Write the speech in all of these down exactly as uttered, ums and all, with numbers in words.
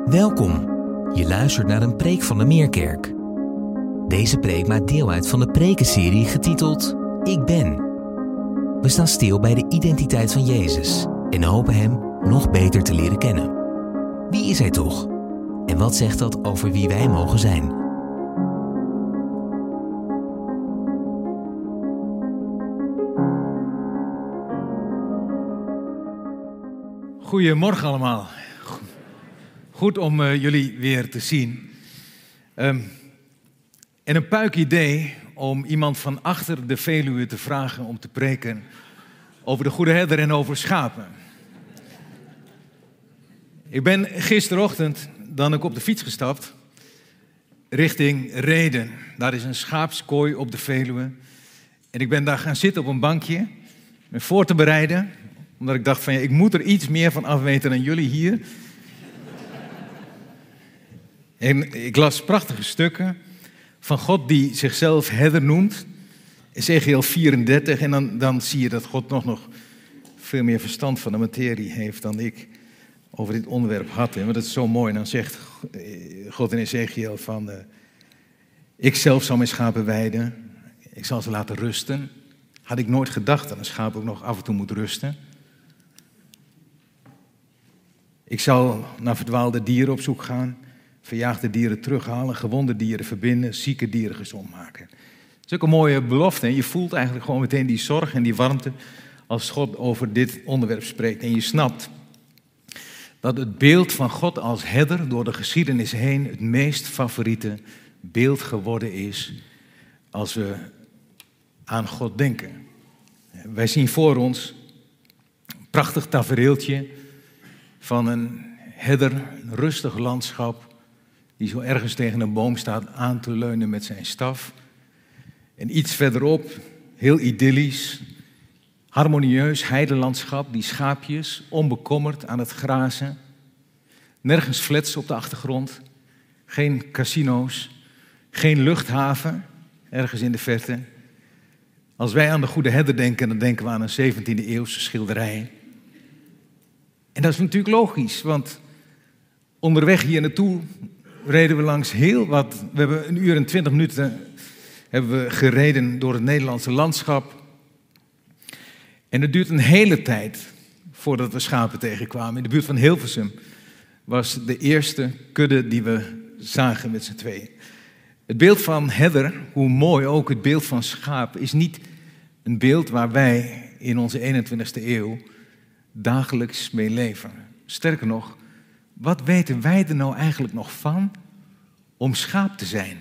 Welkom. Je luistert naar een preek van de Meerkerk. Deze preek maakt deel uit van de prekenserie getiteld Ik Ben. We staan stil bij de identiteit van Jezus en hopen Hem nog beter te leren kennen. Wie is Hij toch? En wat zegt dat over wie wij mogen zijn? Goedemorgen allemaal. Goed om uh, jullie weer te zien. Um, en een puik idee om iemand van achter de Veluwe te vragen om te preken over de goede herder en over schapen. Ik ben gisterochtend dan ook op de fiets gestapt richting Rheden. Daar is een schaapskooi op de Veluwe. En ik ben daar gaan zitten op een bankje me voor te bereiden, omdat ik dacht van ja, ik moet er iets meer van afweten dan jullie hier. En ik las prachtige stukken van God die zichzelf herder noemt. Ezechiël vierendertig. En dan, dan zie je dat God nog, nog veel meer verstand van de materie heeft dan ik over dit onderwerp had. Want dat is zo mooi. En dan zegt God in Ezechiël van Uh, ik zelf zal mijn schapen weiden. Ik zal ze laten rusten. Had ik nooit gedacht dat een schaap ook nog af en toe moet rusten. Ik zal naar verdwaalde dieren op zoek gaan. Verjaagde dieren terughalen, gewonde dieren verbinden, zieke dieren gezond maken. Dat is ook een mooie belofte. En je voelt eigenlijk gewoon meteen die zorg en die warmte als God over dit onderwerp spreekt. En je snapt dat het beeld van God als herder door de geschiedenis heen het meest favoriete beeld geworden is als we aan God denken. Wij zien voor ons een prachtig tafereeltje van een herder, een rustig landschap, die zo ergens tegen een boom staat aan te leunen met zijn staf. En iets verderop, heel idyllisch, harmonieus heidelandschap, die schaapjes, onbekommerd aan het grazen. Nergens flats op de achtergrond, geen casino's, geen luchthaven, ergens in de verte. Als wij aan de goede herder denken, dan denken we aan een zeventiende eeuwse schilderij. En dat is natuurlijk logisch, want onderweg hier naartoe reden we langs heel wat. We hebben een uur en twintig minuten hebben we gereden door het Nederlandse landschap. En het duurt een hele tijd voordat we schapen tegenkwamen. In de buurt van Hilversum was de eerste kudde die we zagen met z'n tweeën. Het beeld van herder, hoe mooi ook het beeld van schaap, is niet een beeld waar wij in onze eenentwintigste eeuw dagelijks mee leven. Sterker nog, wat weten wij er nou eigenlijk nog van om schaap te zijn?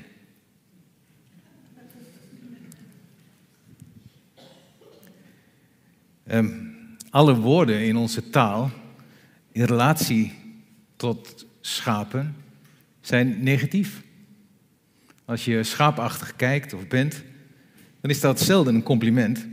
Um, alle woorden in onze taal in relatie tot schapen zijn negatief. Als je schaapachtig kijkt of bent, dan is dat zelden een compliment.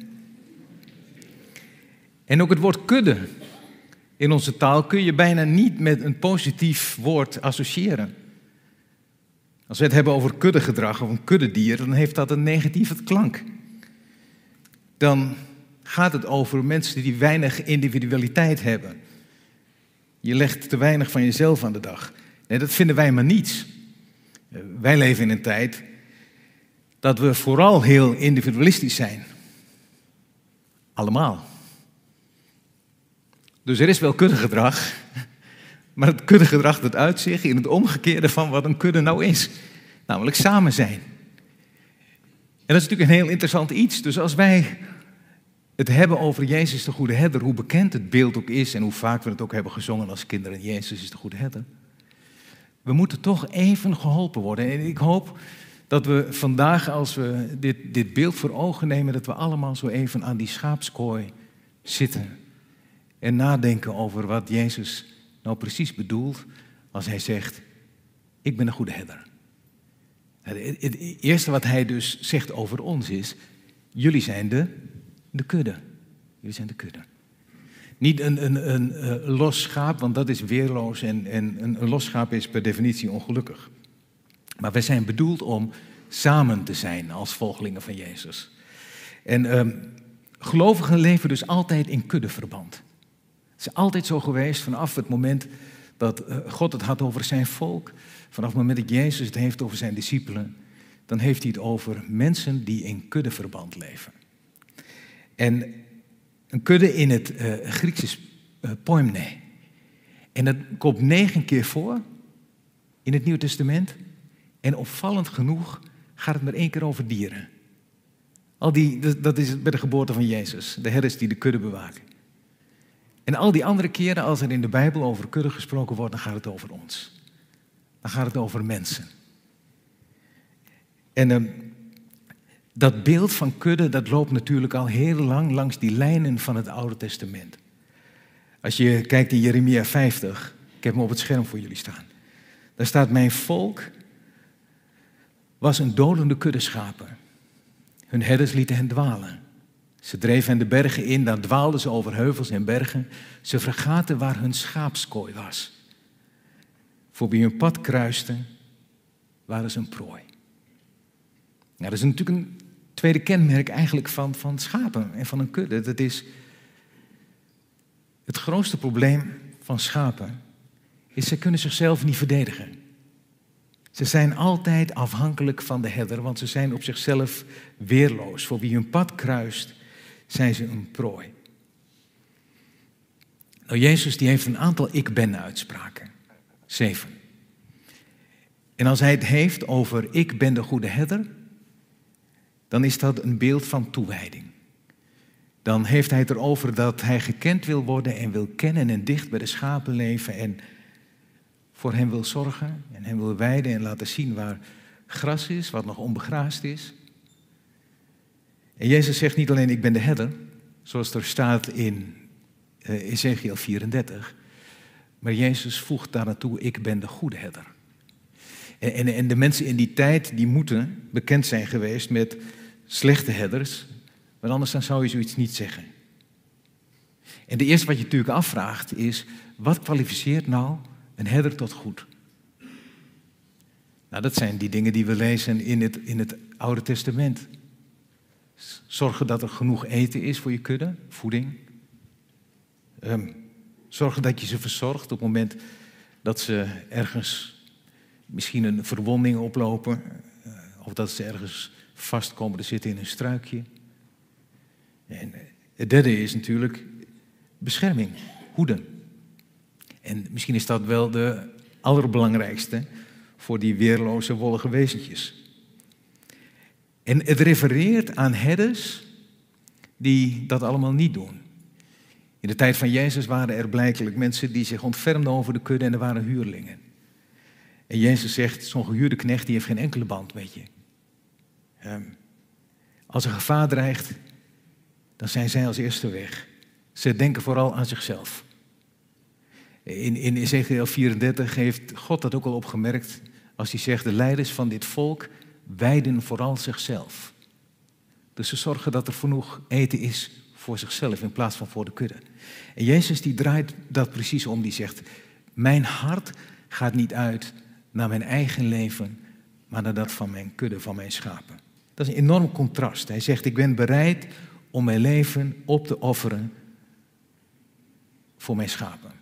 En ook het woord kudde in onze taal kun je bijna niet met een positief woord associëren. Als we het hebben over kuddegedrag of een kuddedier, dan heeft dat een negatieve klank. Dan gaat het over mensen die weinig individualiteit hebben. Je legt te weinig van jezelf aan de dag. Nee, dat vinden wij maar niets. Wij leven in een tijd dat we vooral heel individualistisch zijn. Allemaal. Dus er is wel kuddegedrag, maar het kuddegedrag dat uitzicht in het omgekeerde van wat een kudde nou is. Namelijk samen zijn. En dat is natuurlijk een heel interessant iets. Dus als wij het hebben over Jezus de goede herder, hoe bekend het beeld ook is en hoe vaak we het ook hebben gezongen als kinderen, Jezus is de goede herder. We moeten toch even geholpen worden. En ik hoop dat we vandaag, als we dit, dit beeld voor ogen nemen, dat we allemaal zo even aan die schaapskooi zitten en nadenken over wat Jezus nou precies bedoelt als hij zegt, ik ben een goede herder. Het, het eerste wat hij dus zegt over ons is, jullie zijn de, de kudde. Jullie zijn de kudde. Niet een, een, een, een los schaap, want dat is weerloos en, en een, een los schaap is per definitie ongelukkig. Maar wij zijn bedoeld om samen te zijn als volgelingen van Jezus. En um, gelovigen leven dus altijd in kuddeverband. Het is altijd zo geweest vanaf het moment dat God het had over zijn volk, vanaf het moment dat Jezus het heeft over zijn discipelen, dan heeft hij het over mensen die in kuddeverband leven. En een kudde in het uh, Grieks is uh, poimne. En dat komt negen keer voor in het Nieuwe Testament. En opvallend genoeg gaat het maar één keer over dieren. Al die, dat is bij de geboorte van Jezus, de herders die de kudde bewaken. En al die andere keren, als er in de Bijbel over kudde gesproken wordt, dan gaat het over ons. Dan gaat het over mensen. En uh, dat beeld van kudde, dat loopt natuurlijk al heel lang langs die lijnen van het Oude Testament. Als je kijkt in Jeremia vijftig, ik heb hem op het scherm voor jullie staan. Daar staat: mijn volk was een dolende kudde schapen. Hun herders lieten hen dwalen. Ze dreven hen de bergen in, dan dwaalden ze over heuvels en bergen. Ze vergaten waar hun schaapskooi was. Voor wie hun pad kruisten, waren ze een prooi. Nou, dat is natuurlijk een tweede kenmerk eigenlijk van, van schapen en van een kudde. Dat is het grootste probleem van schapen, is ze kunnen zichzelf niet verdedigen. Ze zijn altijd afhankelijk van de herder, want ze zijn op zichzelf weerloos. Voor wie hun pad kruist, zijn ze een prooi. Nou, Jezus die heeft een aantal ik ben uitspraken. Zeven. En als hij het heeft over ik ben de goede herder, dan is dat een beeld van toewijding. Dan heeft hij het erover dat hij gekend wil worden en wil kennen en dicht bij de schapen leven en voor hen wil zorgen en hen wil weiden en laten zien waar gras is, wat nog onbegraasd is. En Jezus zegt niet alleen ik ben de herder, zoals er staat in uh, Ezekiel vierendertig, maar Jezus voegt daar naartoe ik ben de goede herder. En, en, en de mensen in die tijd die moeten bekend zijn geweest met slechte herders, want anders dan zou je zoiets niet zeggen. En de eerste wat je natuurlijk afvraagt is, wat kwalificeert nou een herder tot goed? Nou, dat zijn die dingen die we lezen in het, in het Oude Testament. Zorgen dat er genoeg eten is voor je kudde, voeding. Um, zorgen dat je ze verzorgt op het moment dat ze ergens misschien een verwonding oplopen. Uh, of dat ze ergens vast komen te zitten in een struikje. En het derde is natuurlijk bescherming, hoeden. En misschien is dat wel de allerbelangrijkste voor die weerloze, wollige wezentjes. En het refereert aan herders die dat allemaal niet doen. In de tijd van Jezus waren er blijkelijk mensen die zich ontfermden over de kudde en er waren huurlingen. En Jezus zegt, zo'n gehuurde knecht die heeft geen enkele band met je. Um, als er gevaar dreigt, dan zijn zij als eerste weg. Ze denken vooral aan zichzelf. In, in Ezekiel vierendertig heeft God dat ook al opgemerkt als hij zegt, de leiders van dit volk wijden vooral zichzelf. Dus ze zorgen dat er genoeg eten is voor zichzelf in plaats van voor de kudde. En Jezus die draait dat precies om, die zegt, mijn hart gaat niet uit naar mijn eigen leven, maar naar dat van mijn kudde, van mijn schapen. Dat is een enorm contrast. Hij zegt, ik ben bereid om mijn leven op te offeren voor mijn schapen.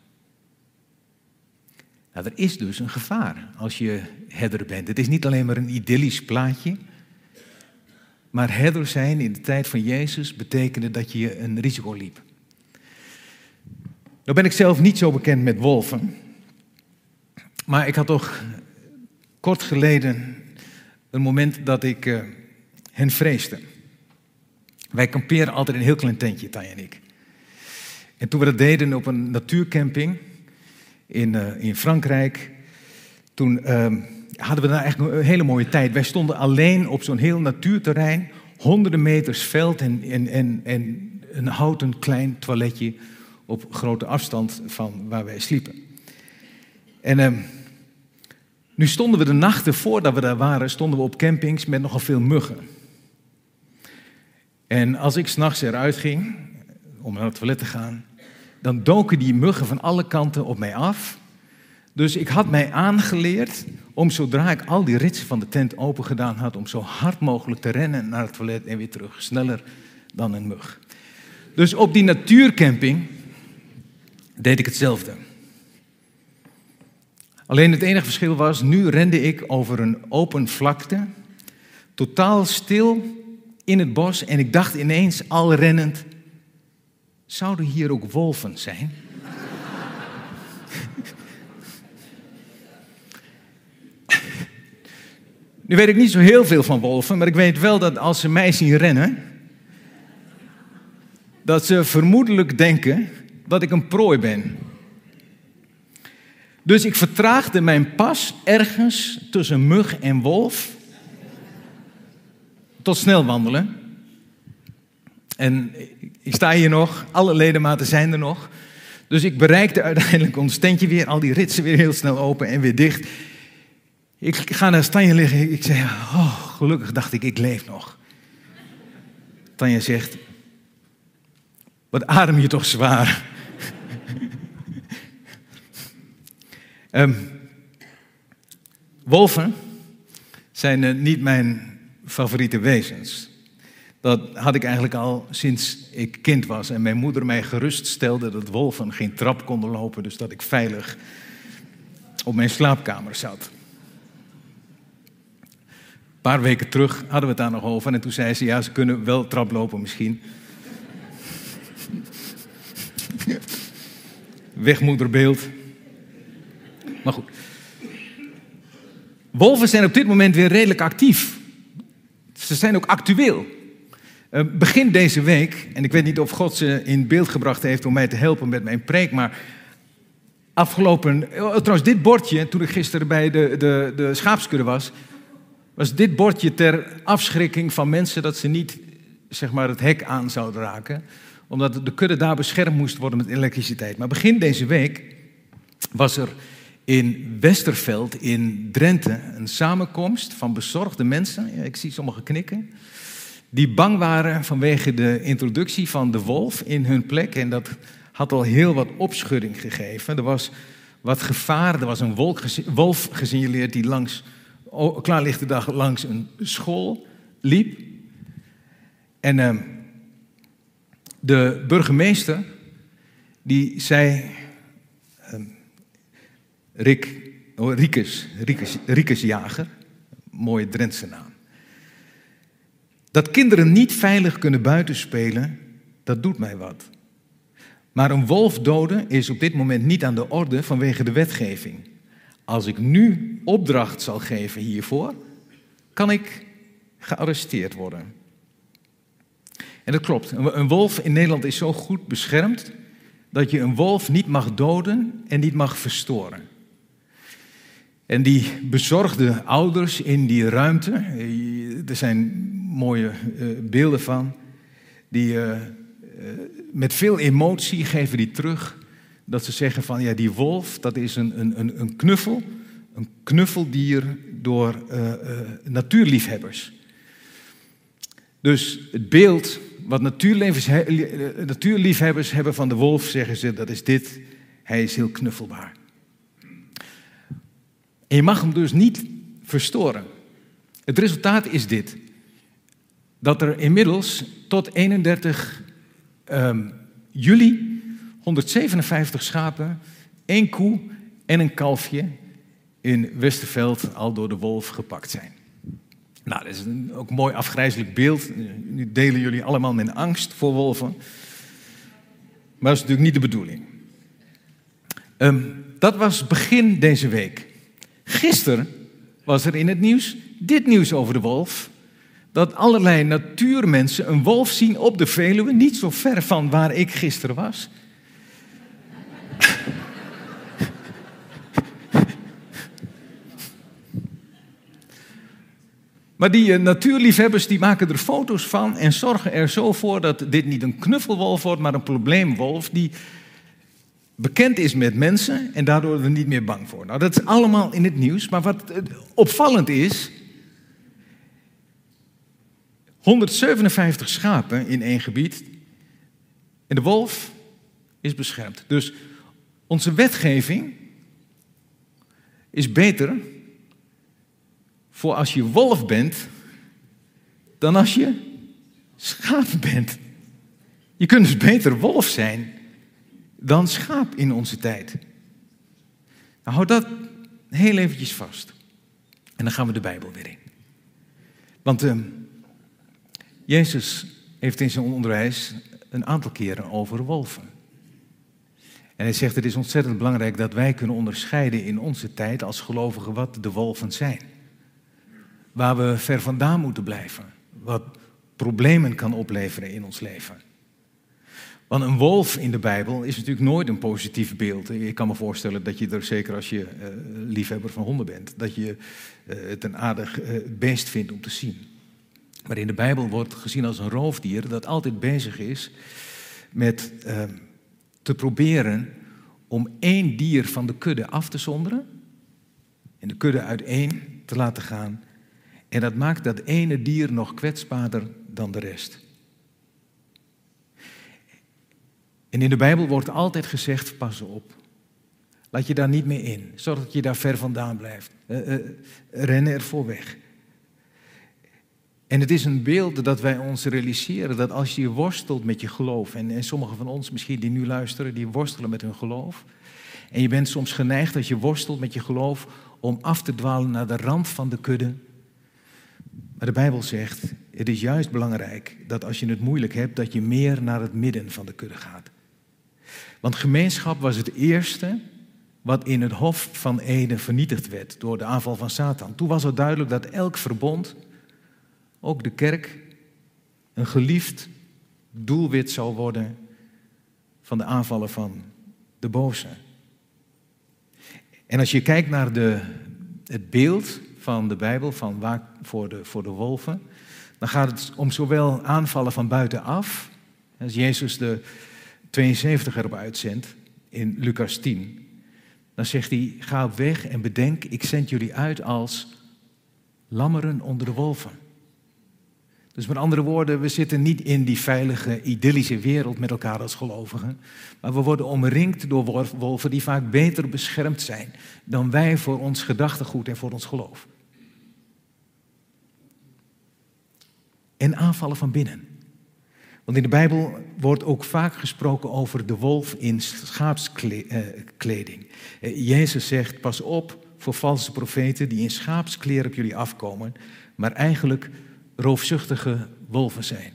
Nou, er is dus een gevaar als je herder bent. Het is niet alleen maar een idyllisch plaatje. Maar herder zijn in de tijd van Jezus betekende dat je een risico liep. Nou ben ik zelf niet zo bekend met wolven. Maar ik had toch kort geleden een moment dat ik uh, hen vreesde. Wij kamperen altijd in een heel klein tentje, Tanja en ik. En toen we dat deden op een natuurcamping in, uh, in Frankrijk, toen uh, hadden we daar eigenlijk een hele mooie tijd. Wij stonden alleen op zo'n heel natuurterrein, honderden meters veld en, en, en, en een houten klein toiletje op grote afstand van waar wij sliepen. En uh, nu stonden we de nachten voordat we daar waren, stonden we op campings met nogal veel muggen. En als ik 's nachts eruit ging om naar het toilet te gaan, dan doken die muggen van alle kanten op mij af. Dus ik had mij aangeleerd om zodra ik al die ritsen van de tent open gedaan had, om zo hard mogelijk te rennen naar het toilet en weer terug. Sneller dan een mug. Dus op die natuurcamping deed ik hetzelfde. Alleen het enige verschil was, nu rende ik over een open vlakte, totaal stil in het bos. En ik dacht ineens, al rennend, zouden hier ook wolven zijn? Nu weet ik niet zo heel veel van wolven, maar ik weet wel dat als ze mij zien rennen, dat ze vermoedelijk denken dat ik een prooi ben. Dus ik vertraagde mijn pas ergens tussen mug en wolf tot snel wandelen. En ik sta hier nog, alle ledematen zijn er nog. Dus ik bereikte uiteindelijk ons tentje weer, al die ritsen weer heel snel open en weer dicht. Ik ga naar Tanja liggen. Ik zeg, oh, gelukkig dacht ik, ik leef nog. Tanja zegt, wat adem je toch zwaar. um, wolven zijn uh, niet mijn favoriete wezens. Dat had ik eigenlijk al sinds ik kind was. En mijn moeder mij geruststelde dat wolven geen trap konden lopen. Dus dat ik veilig op mijn slaapkamer zat. Een paar weken terug hadden we het daar nog over. En toen zei ze, ja, ze kunnen wel traplopen misschien. Wegmoederbeeld. Maar goed. Wolven zijn op dit moment weer redelijk actief. Ze zijn ook actueel. Uh, begin deze week, en ik weet niet of God ze in beeld gebracht heeft om mij te helpen met mijn preek, maar afgelopen... Oh, trouwens, dit bordje, toen ik gisteren bij de, de, de schaapskudde was, was dit bordje ter afschrikking van mensen dat ze niet, zeg maar, het hek aan zouden raken, omdat de kudde daar beschermd moest worden met elektriciteit. Maar begin deze week was er in Westerveld in Drenthe een samenkomst van bezorgde mensen, ja, ik zie sommigen knikken, die bang waren vanwege de introductie van de wolf in hun plek. En dat had al heel wat opschudding gegeven. Er was wat gevaar, er was een wolf gesignaleerd die langs, klaarlichte dag langs een school liep. En uh, de burgemeester, die zei, uh, Rick, oh, Riekes, Riekes, Riekes Jager, mooie Drentse naam. Dat kinderen niet veilig kunnen buitenspelen, dat doet mij wat. Maar een wolf doden is op dit moment niet aan de orde vanwege de wetgeving. Als ik nu opdracht zal geven hiervoor, kan ik gearresteerd worden. En dat klopt. Een wolf in Nederland is zo goed beschermd dat je een wolf niet mag doden en niet mag verstoren. En die bezorgde ouders in die ruimte, er zijn mooie uh, beelden van, die uh, uh, met veel emotie geven die terug, dat ze zeggen van, ja, die wolf, dat is een, een, een knuffel, een knuffeldier door uh, uh, natuurliefhebbers. Dus het beeld wat natuurliefhebbers hebben van de wolf, zeggen ze, dat is dit, hij is heel knuffelbaar. En je mag hem dus niet verstoren. Het resultaat is dit. Dat er inmiddels tot eenendertig um, juli honderdzevenenvijftig schapen, één koe en een kalfje in Westerveld al door de wolf gepakt zijn. Nou, dat is een ook mooi afgrijzelijk beeld. Nu delen jullie allemaal mijn angst voor wolven. Maar dat is natuurlijk niet de bedoeling. Um, dat was begin deze week. Gisteren was er in het nieuws dit nieuws over de wolf. Dat allerlei natuurmensen een wolf zien op de Veluwe, niet zo ver van waar ik gisteren was. Maar die uh, natuurliefhebbers die maken er foto's van en zorgen er zo voor dat dit niet een knuffelwolf wordt, maar een probleemwolf die bekend is met mensen en daardoor er niet meer bang voor. Nou, dat is allemaal in het nieuws, maar wat opvallend is, honderdzevenenvijftig schapen in één gebied en de wolf is beschermd. Dus onze wetgeving is beter voor als je wolf bent dan als je schaap bent. Je kunt dus beter wolf zijn dan schaap in onze tijd. Nou, hou dat heel eventjes vast. En dan gaan we de Bijbel weer in. Want uh, Jezus heeft in zijn onderwijs een aantal keren over wolven. En hij zegt, het is ontzettend belangrijk dat wij kunnen onderscheiden in onze tijd als gelovigen wat de wolven zijn. Waar we ver vandaan moeten blijven. Wat problemen kan opleveren in ons leven. Want een wolf in de Bijbel is natuurlijk nooit een positief beeld. Ik kan me voorstellen dat je er, zeker als je uh, liefhebber van honden bent, dat je uh, het een aardig uh, beest vindt om te zien. Maar in de Bijbel wordt het gezien als een roofdier dat altijd bezig is met uh, te proberen om één dier van de kudde af te zonderen en de kudde uiteen te laten gaan. En dat maakt dat ene dier nog kwetsbaarder dan de rest. En in de Bijbel wordt altijd gezegd, pas op. Laat je daar niet mee in. Zorg dat je daar ver vandaan blijft. Uh, uh, ren er voor weg. En het is een beeld dat wij ons realiseren dat als je worstelt met je geloof, en, en sommigen van ons misschien die nu luisteren, die worstelen met hun geloof. En je bent soms geneigd als je worstelt met je geloof om af te dwalen naar de rand van de kudde. Maar de Bijbel zegt, het is juist belangrijk dat als je het moeilijk hebt, dat je meer naar het midden van de kudde gaat. Want gemeenschap was het eerste wat in het Hof van Eden vernietigd werd door de aanval van Satan. Toen was het duidelijk dat elk verbond, ook de kerk, een geliefd doelwit zou worden van de aanvallen van de boze. En als je kijkt naar de, het beeld van de Bijbel, van waar, voor, de, voor de wolven, dan gaat het om zowel aanvallen van buitenaf, als Jezus de tweeënzeventig erop uitzendt in Lucas tien, dan zegt hij, ga op weg en bedenk, ik zend jullie uit als lammeren onder de wolven. Dus met andere woorden, we zitten niet in die veilige, idyllische wereld met elkaar als gelovigen, maar we worden omringd door wolven die vaak beter beschermd zijn dan wij voor ons gedachtegoed en voor ons geloof. En aanvallen van binnen. Want in de Bijbel wordt ook vaak gesproken over de wolf in schaapskleding. Jezus zegt, pas op voor valse profeten die in schaapskleren op jullie afkomen, maar eigenlijk roofzuchtige wolven zijn.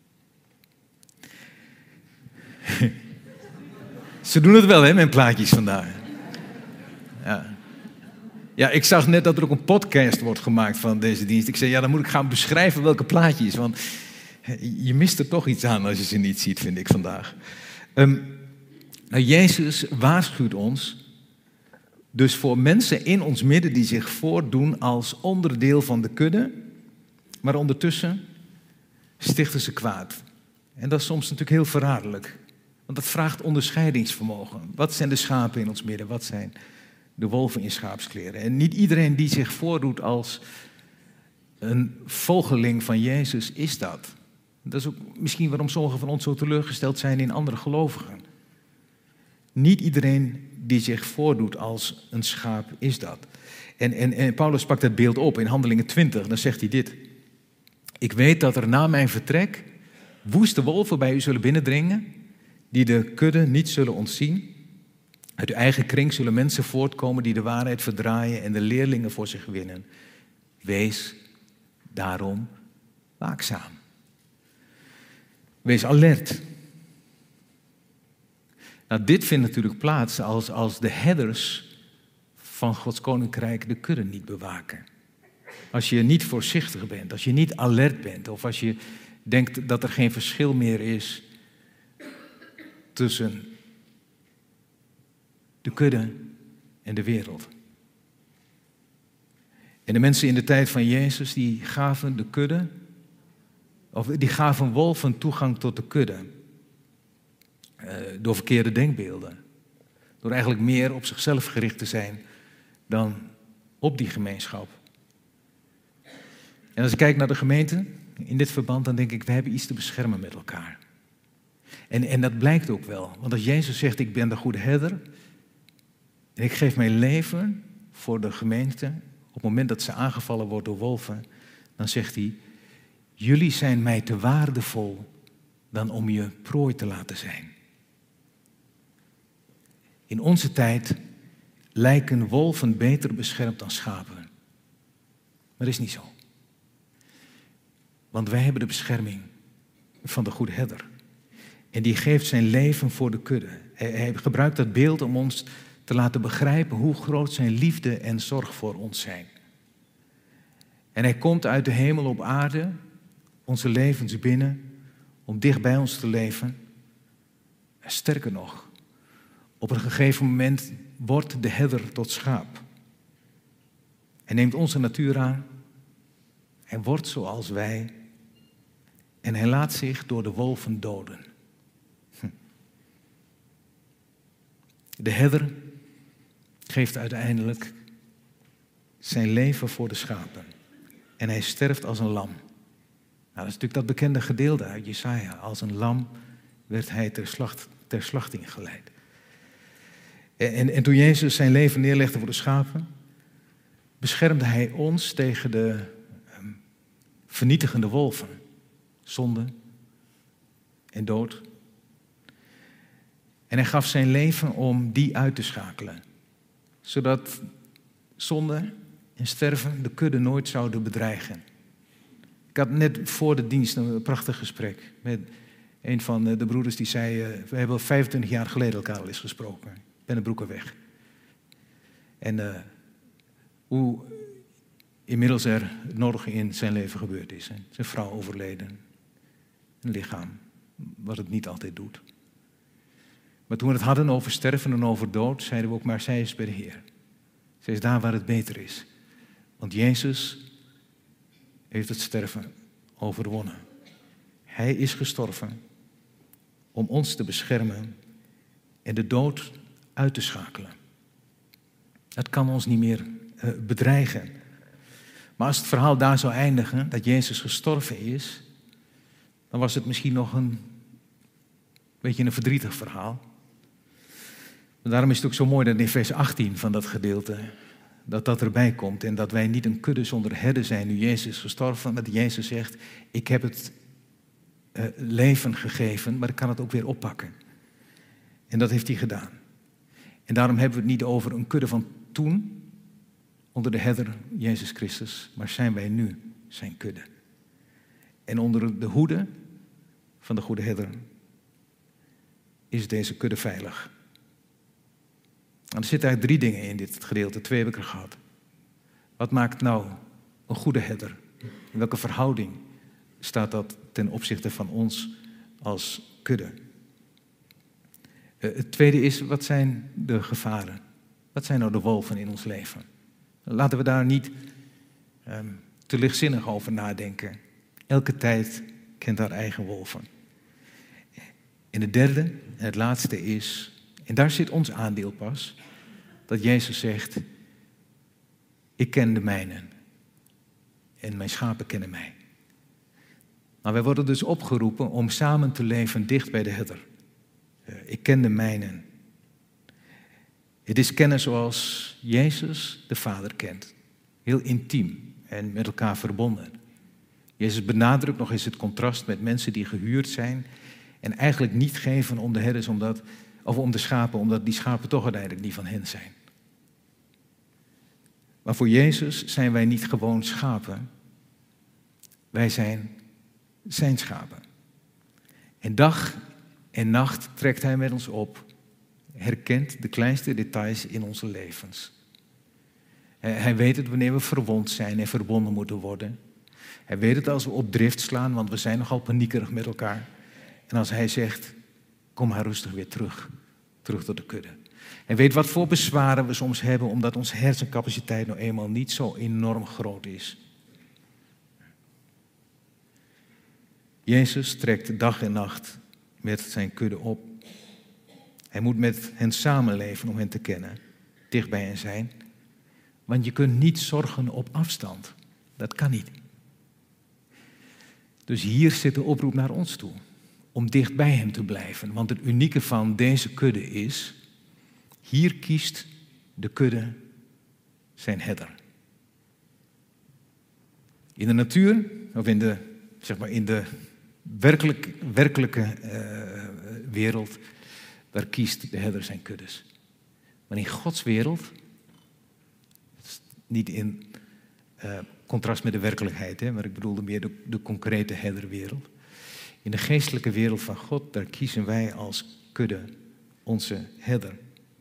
Ze doen het wel, hè, mijn plaatjes vandaag. Ja. Ja, ik zag net dat er ook een podcast wordt gemaakt van deze dienst. Ik zei, ja, dan moet ik gaan beschrijven welke plaatjes, want je mist er toch iets aan als je ze niet ziet, vind ik vandaag. Um, nou, Jezus waarschuwt ons dus voor mensen in ons midden die zich voordoen als onderdeel van de kudde, maar ondertussen stichten ze kwaad. En dat is soms natuurlijk heel verraderlijk, want dat vraagt onderscheidingsvermogen. Wat zijn de schapen in ons midden? Wat zijn de wolven in schaapskleren? En niet iedereen die zich voordoet als een volgeling van Jezus is dat. Dat is ook misschien waarom sommigen van ons zo teleurgesteld zijn in andere gelovigen. Niet iedereen die zich voordoet als een schaap is dat. En, en, en Paulus pakt het beeld op in Handelingen twintig, dan zegt hij dit. Ik weet dat er na mijn vertrek woeste wolven bij u zullen binnendringen, die de kudde niet zullen ontzien. Uit uw eigen kring zullen mensen voortkomen die de waarheid verdraaien en de leerlingen voor zich winnen. Wees daarom waakzaam. Wees alert. Nou, dit vindt natuurlijk plaats als, als de herders van Gods koninkrijk de kudde niet bewaken. Als je niet voorzichtig bent, als je niet alert bent, of als je denkt dat er geen verschil meer is tussen de kudde en de wereld. En de mensen in de tijd van Jezus, die gaven de kudde, of die gaven wolven toegang tot de kudde. Uh, door verkeerde denkbeelden. Door eigenlijk meer op zichzelf gericht te zijn dan op die gemeenschap. En als ik kijk naar de gemeente in dit verband, dan denk ik, we hebben iets te beschermen met elkaar. En, en dat blijkt ook wel. Want als Jezus zegt, ik ben de goede herder, en ik geef mijn leven voor de gemeente, op het moment dat ze aangevallen wordt door wolven, dan zegt hij, jullie zijn mij te waardevol dan om je prooi te laten zijn. In onze tijd lijken wolven beter beschermd dan schapen. Maar dat is niet zo. Want wij hebben de bescherming van de goede herder. En die geeft zijn leven voor de kudde. Hij, hij gebruikt dat beeld om ons te laten begrijpen hoe groot zijn liefde en zorg voor ons zijn. En hij komt uit de hemel op aarde, onze levens binnen, om dicht bij ons te leven. En sterker nog, op een gegeven moment wordt de herder tot schaap. Hij neemt onze natuur aan en wordt zoals wij. En hij laat zich door de wolven doden. Hm. De herder geeft uiteindelijk zijn leven voor de schapen. En hij sterft als een lam. Nou, dat is natuurlijk dat bekende gedeelte uit Jesaja. Als een lam werd hij ter, slacht, ter slachting geleid. En, en, en toen Jezus zijn leven neerlegde voor de schapen, beschermde hij ons tegen de um, vernietigende wolven. Zonde en dood. En hij gaf zijn leven om die uit te schakelen. Zodat zonde en sterven de kudde nooit zouden bedreigen. Ik had net voor de dienst een prachtig gesprek met een van de broeders die zei, uh, we hebben al vijfentwintig jaar geleden elkaar al eens gesproken. Pennebroekenweg. En uh, hoe inmiddels er het nodige in zijn leven gebeurd is. Hè. Zijn vrouw overleden. Een lichaam wat het niet altijd doet. Maar toen we het hadden over sterven en over dood, zeiden we ook maar, zij is bij de Heer. Zij is daar waar het beter is. Want Jezus heeft het sterven overwonnen. Hij is gestorven om ons te beschermen en de dood uit te schakelen. Dat kan ons niet meer uh, bedreigen. Maar als het verhaal daar zou eindigen, dat Jezus gestorven is, dan was het misschien nog een beetje een verdrietig verhaal. Maar daarom is het ook zo mooi dat in vers achttien van dat gedeelte, dat dat erbij komt. En dat wij niet een kudde zonder herder zijn nu Jezus is gestorven. Maar dat Jezus zegt, ik heb het uh, leven gegeven, maar ik kan het ook weer oppakken. En dat heeft hij gedaan. En daarom hebben we het niet over een kudde van toen, onder de herder Jezus Christus, maar zijn wij nu zijn kudde. En onder de hoede van de goede herder is deze kudde veilig. En er zitten eigenlijk drie dingen in dit gedeelte, twee heb ik er gehad. Wat maakt nou een goede herder? In welke verhouding staat dat ten opzichte van ons als kudde? Het tweede is, wat zijn de gevaren? Wat zijn nou de wolven in ons leven? Laten we daar niet um, te lichtzinnig over nadenken. Elke tijd kent haar eigen wolven. En het derde en het laatste is, en daar zit ons aandeel pas, dat Jezus zegt, ik ken de mijnen en mijn schapen kennen mij. Maar wij worden dus opgeroepen om samen te leven dicht bij de herder. Ik ken de mijnen. Het is kennen zoals Jezus de Vader kent. Heel intiem en met elkaar verbonden. Jezus benadrukt nog eens het contrast met mensen die gehuurd zijn en eigenlijk niet geven om de herders, omdat, of om de schapen, omdat die schapen toch uiteindelijk niet van hen zijn. Maar voor Jezus zijn wij niet gewoon schapen. Wij zijn zijn schapen. En dag en nacht trekt hij met ons op, herkent de kleinste details in onze levens. Hij weet het wanneer we verwond zijn en verbonden moeten worden. Hij weet het als we op drift slaan, want we zijn nogal paniekerig met elkaar. En als hij zegt, kom maar rustig weer terug, terug tot de kudde. Hij weet wat voor bezwaren we soms hebben, omdat onze hersencapaciteit nou eenmaal niet zo enorm groot is. Jezus trekt dag en nacht met zijn kudde op. Hij moet met hen samenleven om hen te kennen, dicht bij hen zijn. Want je kunt niet zorgen op afstand. Dat kan niet. Dus hier zit de oproep naar ons toe. Om dicht bij hem te blijven. Want het unieke van deze kudde is, hier kiest de kudde zijn herder. In de natuur, of in de, zeg maar in de werkelijk, werkelijke uh, wereld, daar kiest de herder zijn kuddes. Maar in Gods wereld niet in uh, contrast met de werkelijkheid, hè, maar ik bedoelde meer de, de concrete herderwereld. In de geestelijke wereld van God, daar kiezen wij als kudde onze herder.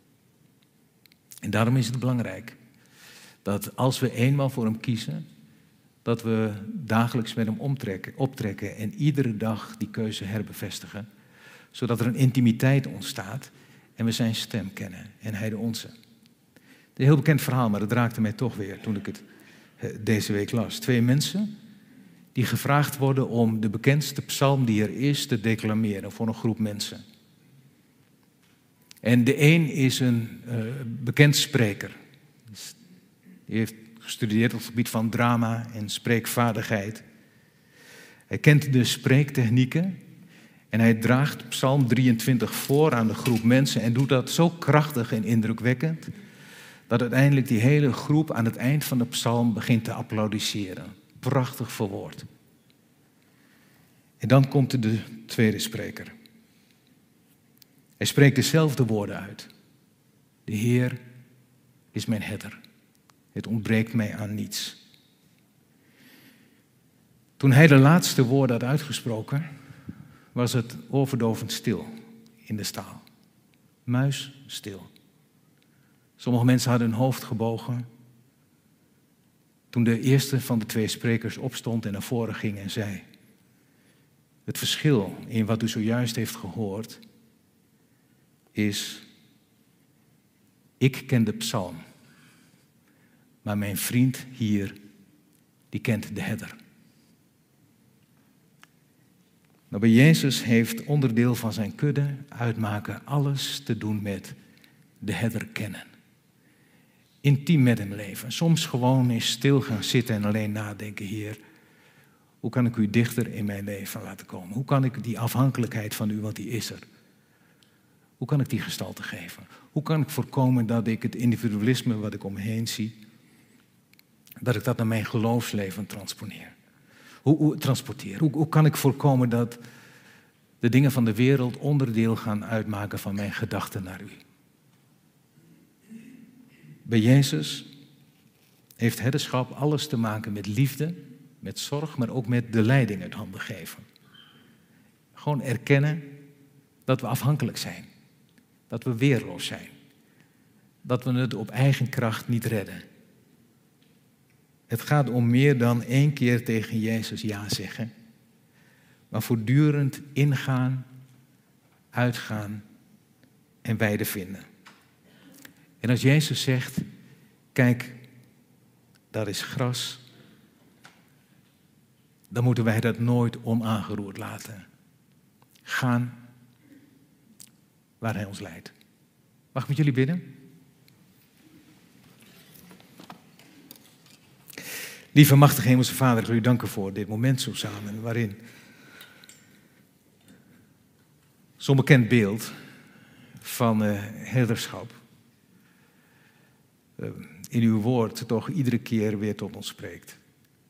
En daarom is het belangrijk dat als we eenmaal voor hem kiezen, dat we dagelijks met hem omtrekken, optrekken en iedere dag die keuze herbevestigen, zodat er een intimiteit ontstaat en we zijn stem kennen en hij de onze. Een heel bekend verhaal, maar het raakte mij toch weer toen ik het deze week las. Twee mensen die gevraagd worden om de bekendste psalm die er is te declameren voor een groep mensen. En de een is een uh, bekend spreker. Die heeft gestudeerd op het gebied van drama en spreekvaardigheid. Hij kent de spreektechnieken en hij draagt psalm drieëntwintig voor aan de groep mensen en doet dat zo krachtig en indrukwekkend dat uiteindelijk die hele groep aan het eind van de psalm begint te applaudisseren. Prachtig verwoord. En dan komt de tweede spreker. Hij spreekt dezelfde woorden uit. De Heer is mijn herder. Het ontbreekt mij aan niets. Toen hij de laatste woorden had uitgesproken, was het overdovend stil in de staal. Muisstil. Sommige mensen hadden hun hoofd gebogen toen de eerste van de twee sprekers opstond en naar voren ging en zei: het verschil in wat u zojuist heeft gehoord is, ik ken de psalm, maar mijn vriend hier, die kent de herder. Nou, bij Jezus heeft onderdeel van zijn kudde uitmaken alles te doen met de herder kennen. Intiem met hem leven. Soms gewoon eens stil gaan zitten en alleen nadenken: Heer, hoe kan ik u dichter in mijn leven laten komen? Hoe kan ik die afhankelijkheid van u, want die is er, hoe kan ik die gestalte geven? Hoe kan ik voorkomen dat ik het individualisme wat ik om me heen zie, dat ik dat naar mijn geloofsleven transponeer? Hoe, hoe, transporteer? Hoe, hoe kan ik voorkomen dat de dingen van de wereld onderdeel gaan uitmaken van mijn gedachten naar u? Bij Jezus heeft herderschap alles te maken met liefde, met zorg, maar ook met de leiding uit handen geven. Gewoon erkennen dat we afhankelijk zijn. Dat we weerloos zijn. Dat we het op eigen kracht niet redden. Het gaat om meer dan één keer tegen Jezus ja zeggen, maar voortdurend ingaan, uitgaan en weide vinden. En als Jezus zegt: kijk, daar is gras, dan moeten wij dat nooit onaangeroerd laten. Gaan waar hij ons leidt. Mag ik met jullie bidden? Lieve machtige hemelse Vader, ik wil u danken voor dit moment zo samen, waarin zo'n bekend beeld van uh, herderschap uh, in uw woord toch iedere keer weer tot ons spreekt.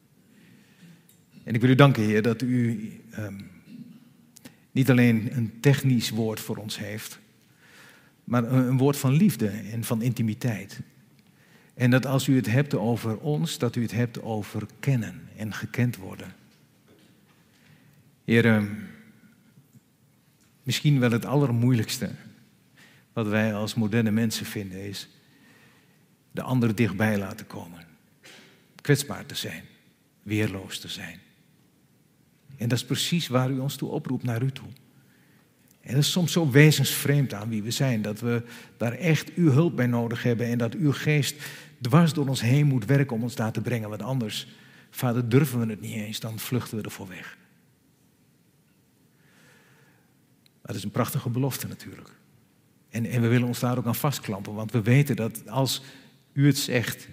En ik wil u danken, Heer, dat u um, niet alleen een technisch woord voor ons heeft, maar een, een woord van liefde en van intimiteit. En dat als u het hebt over ons, dat u het hebt over kennen en gekend worden. Heer, misschien wel het allermoeilijkste wat wij als moderne mensen vinden is de ander dichtbij laten komen. Kwetsbaar te zijn, weerloos te zijn. En dat is precies waar u ons toe oproept, naar u toe. En dat is soms zo wezensvreemd aan wie we zijn, dat we daar echt uw hulp bij nodig hebben en dat uw geest dwars door ons heen moet werken om ons daar te brengen. Want anders, Vader, durven we het niet eens, dan vluchten we ervoor weg. Dat is een prachtige belofte natuurlijk. En, en we willen ons daar ook aan vastklampen, want we weten dat als u het zegt,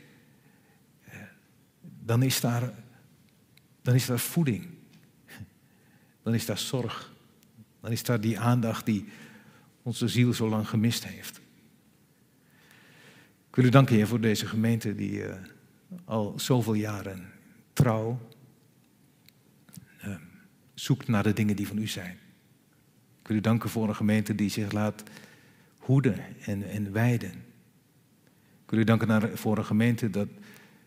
dan is daar, dan is daar voeding. Dan is daar zorg. Dan is daar die aandacht die onze ziel zo lang gemist heeft. Ik wil u danken, Heer, voor deze gemeente die uh, al zoveel jaren trouw uh, zoekt naar de dingen die van u zijn. Ik wil u danken voor een gemeente die zich laat hoeden en, en wijden. Ik wil u danken naar, voor een gemeente dat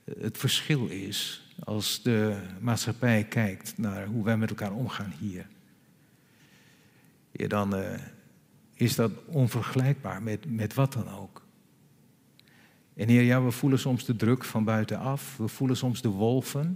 het verschil is als de maatschappij kijkt naar hoe wij met elkaar omgaan hier. Ja, dan uh, is dat onvergelijkbaar met, met wat dan ook. En Heer, ja, we voelen soms de druk van buitenaf. We voelen soms de wolven.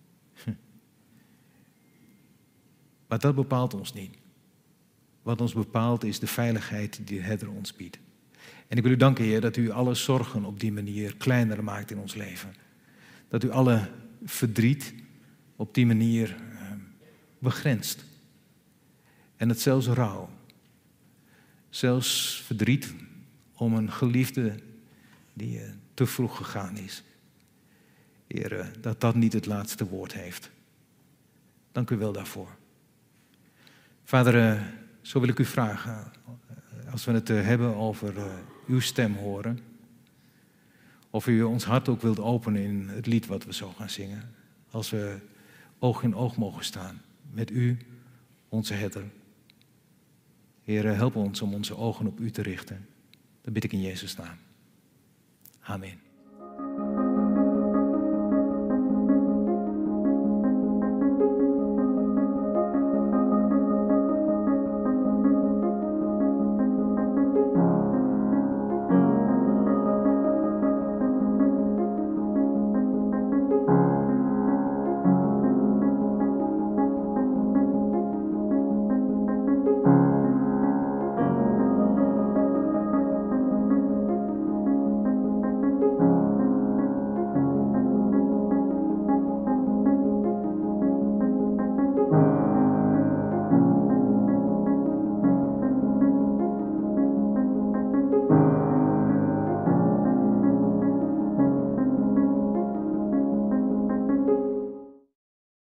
Maar dat bepaalt ons niet. Wat ons bepaalt is de veiligheid die de herder ons biedt. En ik wil u danken, Heer, dat u alle zorgen op die manier kleiner maakt in ons leven. Dat u alle verdriet op die manier uh, begrenst. En het zelfs rouw. Zelfs verdriet om een geliefde die uh, te vroeg gegaan is. Heer, uh, dat dat niet het laatste woord heeft. Dank u wel daarvoor. Vader, uh, zo wil ik u vragen, uh, als we het uh, hebben over uh, uw stem horen, of u ons hart ook wilt openen in het lied wat we zo gaan zingen. Als we oog in oog mogen staan met u, onze herder. Heer, help ons om onze ogen op u te richten. Dat bid ik in Jezus' naam. Amen.